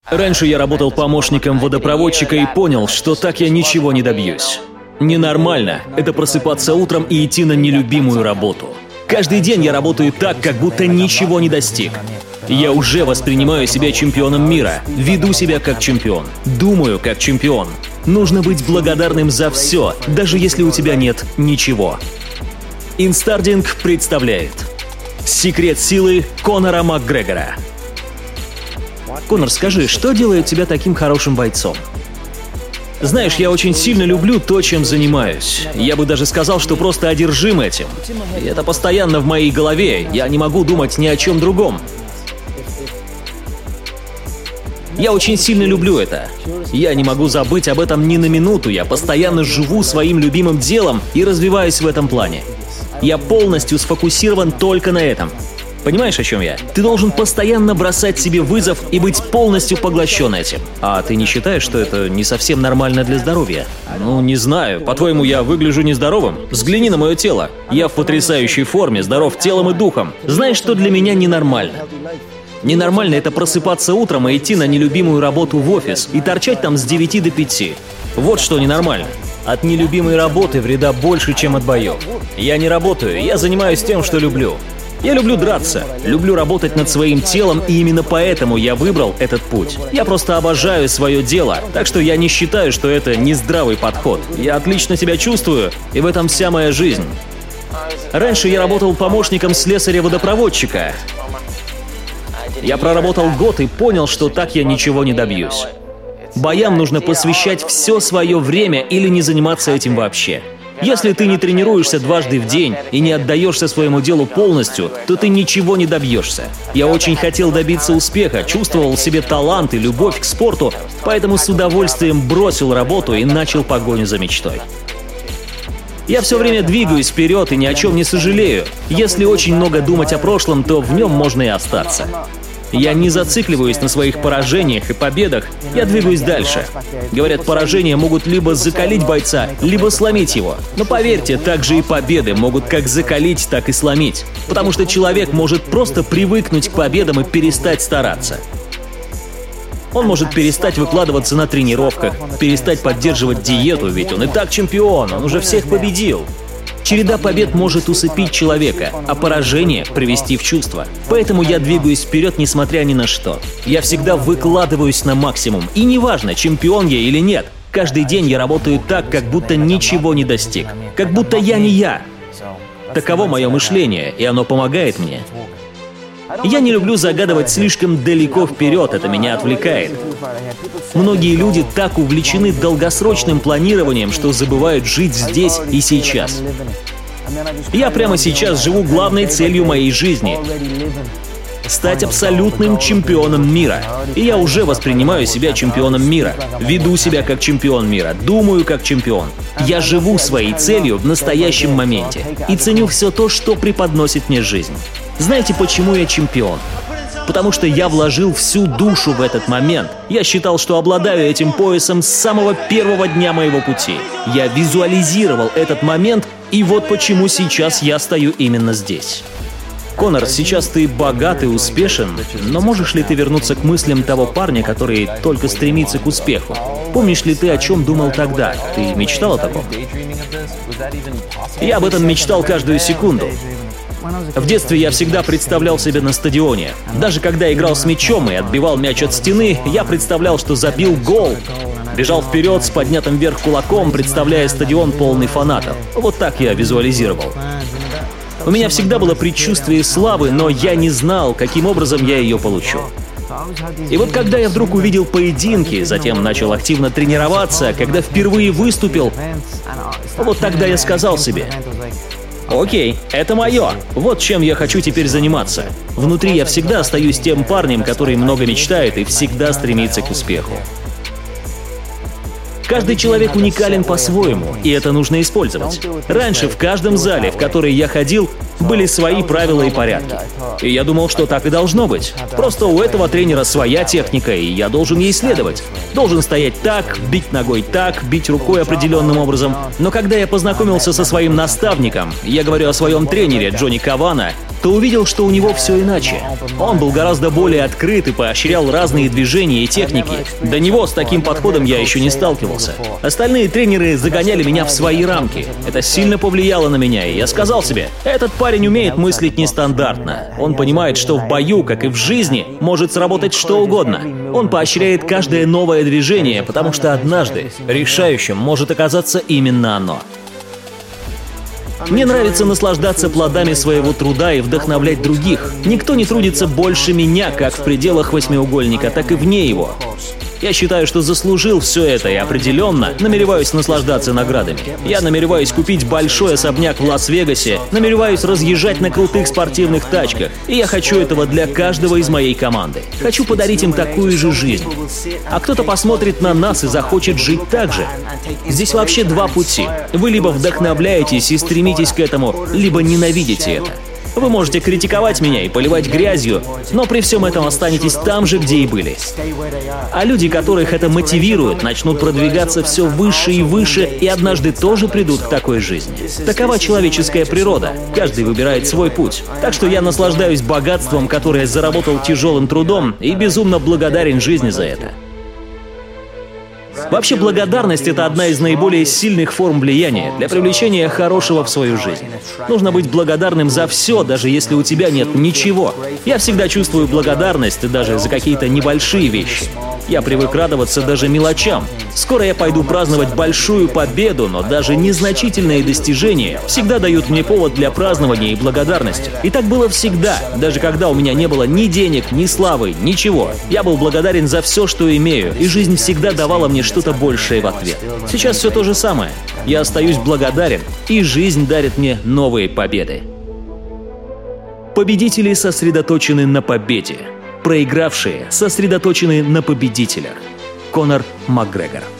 Раньше я работал помощником водопроводчика и понял, что так я ничего не добьюсь. Ненормально — это просыпаться утром и идти на нелюбимую работу. Каждый день я работаю так, как будто ничего не достиг. Я уже воспринимаю себя чемпионом мира, веду себя как чемпион, думаю как чемпион. Нужно быть благодарным за все, даже если у тебя нет ничего. Инстардинг представляет секрет силы Конора Макгрегора. Конор, скажи, что делает тебя таким хорошим бойцом? Знаешь, я очень сильно люблю то, чем занимаюсь. Я бы даже сказал, что просто одержим этим. И это постоянно в моей голове, я не могу думать ни о чем другом. Я очень сильно люблю это. Я не могу забыть об этом ни на минуту, я постоянно живу своим любимым делом и развиваюсь в этом плане. Я полностью сфокусирован только на этом. Понимаешь, о чем я? Ты должен постоянно бросать себе вызов и быть полностью поглощен этим. А ты не считаешь, что это не совсем нормально для здоровья? Ну, не знаю. По-твоему, я выгляжу нездоровым? Взгляни на мое тело. Я в потрясающей форме, здоров телом и духом. Знаешь, что для меня ненормально? Ненормально — это просыпаться утром и идти на нелюбимую работу в офис и торчать там с 9 до 5. Вот что ненормально. От нелюбимой работы вреда больше, чем от боев. Я не работаю, я занимаюсь тем, что люблю. Я люблю драться, люблю работать над своим телом, и именно поэтому я выбрал этот путь. Я просто обожаю свое дело, так что я не считаю, что это нездравый подход. Я отлично себя чувствую, и в этом вся моя жизнь. Раньше я работал помощником слесаря-водопроводчика. Я проработал год и понял, что так я ничего не добьюсь. Боям нужно посвящать все свое время или не заниматься этим вообще. Если ты не тренируешься дважды в день и не отдаешься своему делу полностью, то ты ничего не добьешься. Я очень хотел добиться успеха, чувствовал в себе талант и любовь к спорту, поэтому с удовольствием бросил работу и начал погоню за мечтой. Я все время двигаюсь вперед и ни о чем не сожалею. Если очень много думать о прошлом, то в нем можно и остаться. Я не зацикливаюсь на своих поражениях и победах, я двигаюсь дальше. Говорят, поражения могут либо закалить бойца, либо сломить его. Но поверьте, также и победы могут как закалить, так и сломить. Потому что человек может просто привыкнуть к победам и перестать стараться. Он может перестать выкладываться на тренировках, перестать поддерживать диету, ведь он и так чемпион, он уже всех победил. Череда побед может усыпить человека, а поражение привести в чувство. Поэтому я двигаюсь вперед, несмотря ни на что. Я всегда выкладываюсь на максимум, и неважно, чемпион я или нет. Каждый день я работаю так, как будто ничего не достиг. Как будто я не я. Таково мое мышление, и оно помогает мне. Я не люблю загадывать слишком далеко вперед, это меня отвлекает. Многие люди так увлечены долгосрочным планированием, что забывают жить здесь и сейчас. Я прямо сейчас живу главной целью моей жизни — стать абсолютным чемпионом мира. И я уже воспринимаю себя чемпионом мира, веду себя как чемпион мира, думаю как чемпион. Я живу своей целью в настоящем моменте и ценю все то, что преподносит мне жизнь. Знаете, почему я чемпион? Потому что я вложил всю душу в этот момент. Я считал, что обладаю этим поясом с самого первого дня моего пути. Я визуализировал этот момент, и вот почему сейчас я стою именно здесь. Конор, сейчас ты богат и успешен, но можешь ли ты вернуться к мыслям того парня, который только стремится к успеху? Помнишь ли ты, о чем думал тогда? Ты мечтал о таком? Я об этом мечтал каждую секунду. В детстве я всегда представлял себя на стадионе. Даже когда играл с мячом и отбивал мяч от стены, я представлял, что забил гол. Бежал вперед с поднятым вверх кулаком, представляя стадион полный фанатов. Вот так я визуализировал. У меня всегда было предчувствие славы, но я не знал, каким образом я ее получу. И вот когда я вдруг увидел поединки, затем начал активно тренироваться, когда впервые выступил, вот тогда я сказал себе: окей, это мое. Вот чем я хочу теперь заниматься. Внутри я всегда остаюсь тем парнем, который много мечтает и всегда стремится к успеху. Каждый человек уникален по-своему, и это нужно использовать. Раньше в каждом зале, в который я ходил, были свои правила и порядки. И я думал, что так и должно быть. Просто у этого тренера своя техника, и я должен ей следовать. Должен стоять так, бить ногой так, бить рукой определенным образом. Но когда я познакомился со своим наставником, я говорю о своем тренере Джонни Кавана, то увидел, что у него все иначе. Он был гораздо более открыт и поощрял разные движения и техники. До него с таким подходом я еще не сталкивался. Остальные тренеры загоняли меня в свои рамки. Это сильно повлияло на меня, и я сказал себе, этот парень умеет мыслить нестандартно. Он понимает, что в бою, как и в жизни, может сработать что угодно. Он поощряет каждое новое движение, потому что однажды решающим может оказаться именно оно. Мне нравится наслаждаться плодами своего труда и вдохновлять других. Никто не трудится больше меня, как в пределах восьмиугольника, так и вне его. Я считаю, что заслужил все это и определенно намереваюсь наслаждаться наградами. Я намереваюсь купить большой особняк в Лас-Вегасе, намереваюсь разъезжать на крутых спортивных тачках, и я хочу этого для каждого из моей команды. Хочу подарить им такую же жизнь. А кто-то посмотрит на нас и захочет жить так же. Здесь вообще два пути. Вы либо вдохновляетесь и стремитесь к этому, либо ненавидите это. Вы можете критиковать меня и поливать грязью, но при всем этом останетесь там же, где и были. А люди, которых это мотивирует, начнут продвигаться все выше и выше, и однажды тоже придут к такой жизни. Такова человеческая природа. Каждый выбирает свой путь. Так что я наслаждаюсь богатством, которое заработал тяжелым трудом, и безумно благодарен жизни за это. Вообще, благодарность — это одна из наиболее сильных форм влияния для привлечения хорошего в свою жизнь. Нужно быть благодарным за все, даже если у тебя нет ничего. Я всегда чувствую благодарность даже за какие-то небольшие вещи. Я привык радоваться даже мелочам. Скоро я пойду праздновать большую победу, но даже незначительные достижения всегда дают мне повод для празднования и благодарности. И так было всегда, даже когда у меня не было ни денег, ни славы, ничего. Я был благодарен за все, что имею, и жизнь всегда давала мне что-то большее в ответ. Сейчас все то же самое. Я остаюсь благодарен, и жизнь дарит мне новые победы. Победители сосредоточены на победе. Проигравшие сосредоточены на победителях. Конор Макгрегор.